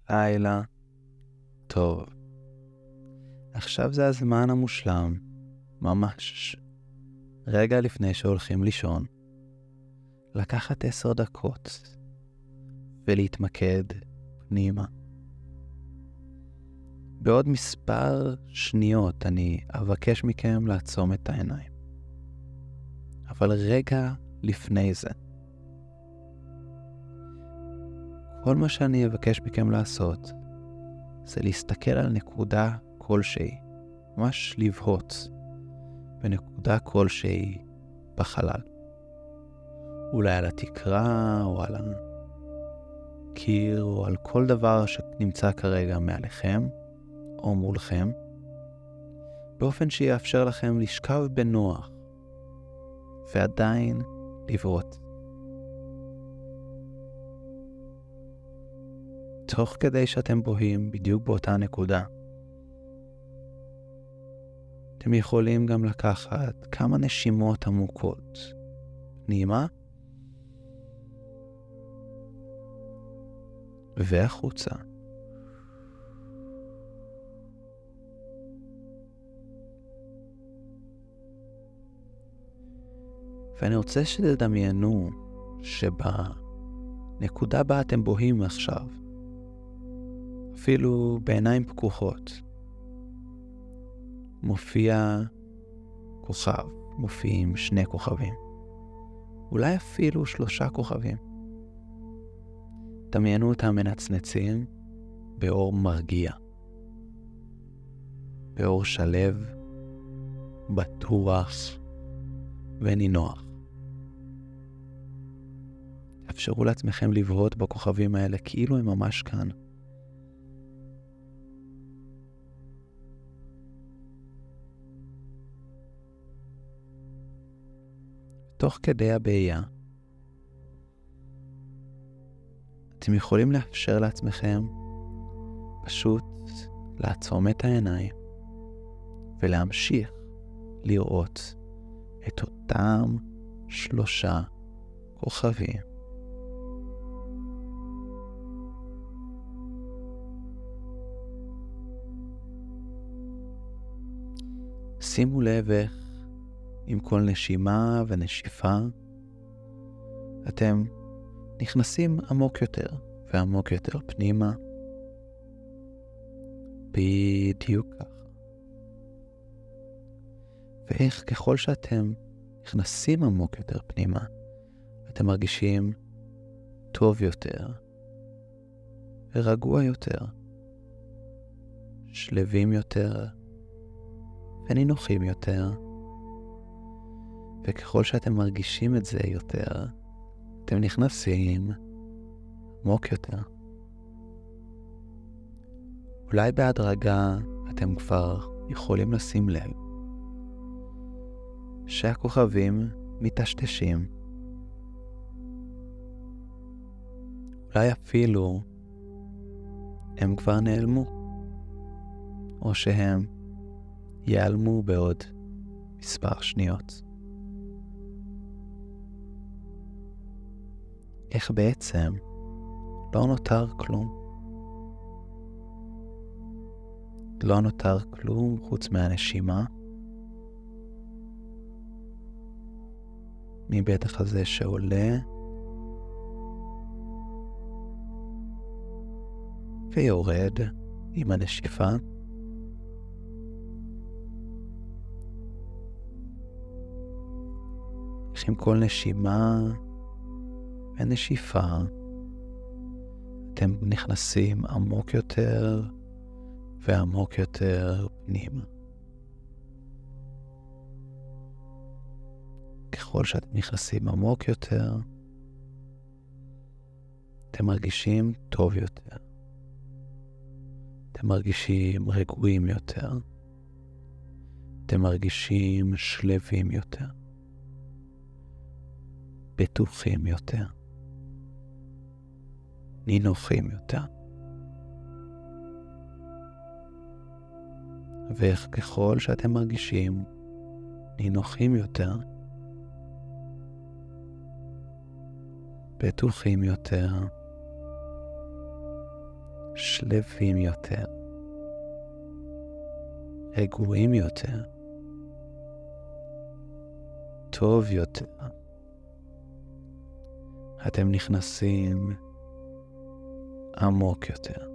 לילה טוב. עכשיו זה הזמן המושלם, ממש רגע לפני שהולכים לישון, לקחת 10 דקות ולהתמקד פנימה. בעוד מספר שניות אני אבקש מכם לעצום את העיניים. אבל רגע לפני זה, כל מה שאני אבקש מכם לעשות זה להסתכל על נקודה כלשהי, ממש לבהות בנקודה כלשהי בחלל. אולי על התקרה או על הקיר או על כל דבר שנמצא כרגע מעליכם או מולכם, באופן שיאפשר לכם לשכב בנוח ועדיין לבהות. תוך כדי שאתם בוהים בדיוק באותה נקודה, אתם יכולים גם לקחת כמה נשימות עמוקות פנימה והחוצה. ואני רוצה שתדמיינו שבנקודה בה אתם בוהים עכשיו, אפילו בעיניים פקוחות, מופיע כוכב, מופיעים 2 כוכבים, אולי אפילו 3 כוכבים. דמיינו אותם מנצנצים באור מרגיע, באור שלב, בטוח ונינוח. תאפשרו לעצמכם לבהות בכוכבים האלה כאילו הם ממש כאן. תוך כדי הבעיה, אתם יכולים לאפשר לעצמכם פשוט לעצום את העיניים ולהמשיך לראות את אותם 3 כוכבים. שימו לב איך עם כל נשימה ונשיפה אתם נכנסים עמוק יותר ועמוק יותר פנימה. בדיוק ככה. ואיך ככל שאתם נכנסים עמוק יותר פנימה, אתם מרגישים טוב יותר ורגוע יותר, שלווים יותר ונינוחים יותר. וככל שאתם מרגישים את זה יותר, אתם נכנסים עמוק יותר. אולי בהדרגה אתם כבר יכולים לשים לב שהכוכבים מטשטשים. אולי אפילו הם כבר נעלמו, או שהם ייעלמו בעוד מספר שניות. איך בעצם לא נותר כלום. לא נותר כלום חוץ מהנשימה, מבטח הזה שעולה ויורד עם הנשיפה. איך עם כל נשימה ונשיפה אתם נכנסים עמוק יותר ועמוק יותר פנימה. ככל שאתם נכנסים עמוק יותר, אתם מרגישים טוב יותר. אתם מרגישים רגועים יותר. אתם מרגישים שלווים יותר. בטוחים יותר. נינוחים יותר. ואיך ככל שאתם מרגישים נינוחים יותר, בטוחים יותר, שלווים יותר, רגועים יותר, טוב יותר. אתם נכנסים עמוק יותר.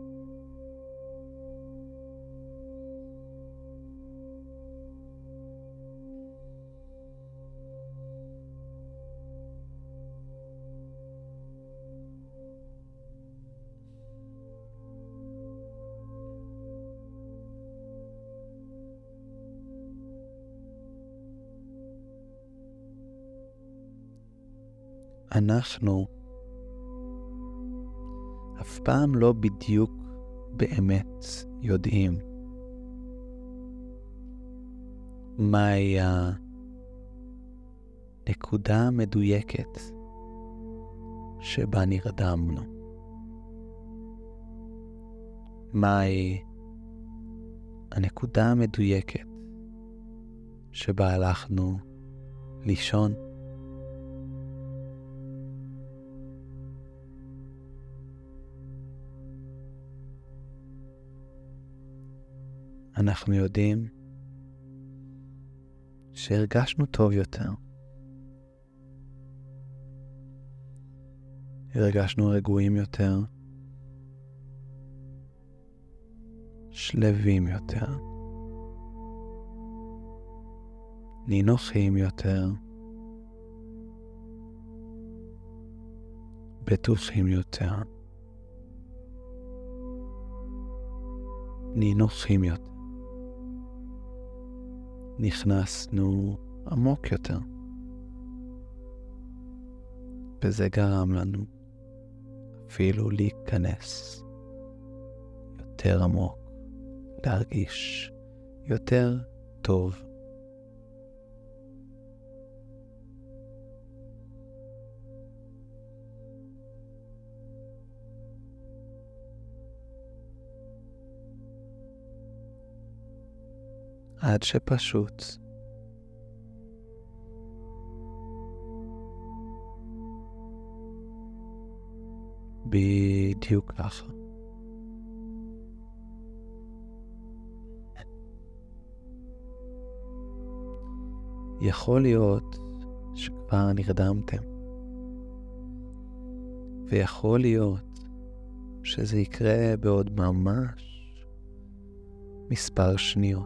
אנחנו אף פעם לא בדיוק באמת יודעים מהי הנקודה המדויקת שבה נרדמנו. מהי הנקודה המדויקת שבה הלכנו לישון. אנחנו יודעים שהרגשנו טוב יותר. הרגשנו רגועים יותר, שלווים יותר, נינוחים יותר, בטוחים יותר, נינוחים יותר. נכנסנו עמוק יותר. וזה גרם לנו אפילו להיכנס יותר עמוק, להרגיש יותר טוב. עד שפשוט בדיוק ככה. יכול להיות שכבר נרדמתם, ויכול להיות שזה יקרה בעוד ממש מספר שניות.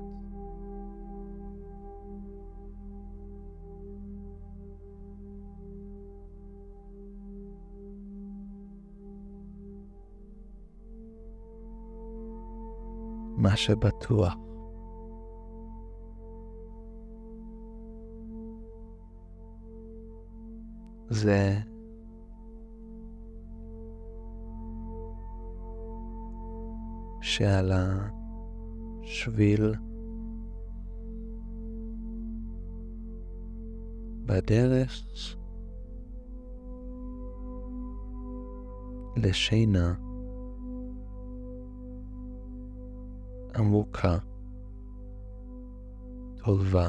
מה שבטוח זה שעל השביל בדרך לשינה עמוקה, טובה,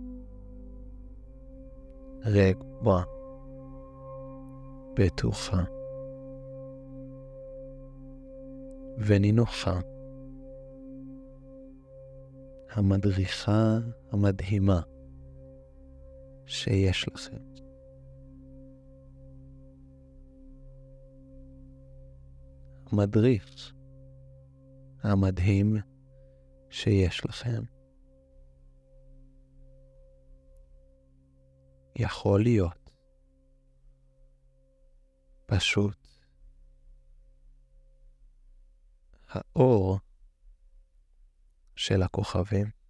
רגועה, בטוחה ונינוחה. המדריכה המדהימה שיש לכם. המדריך המדהים שיש לכם. יכול להיות פשוט האור של הכוכבים.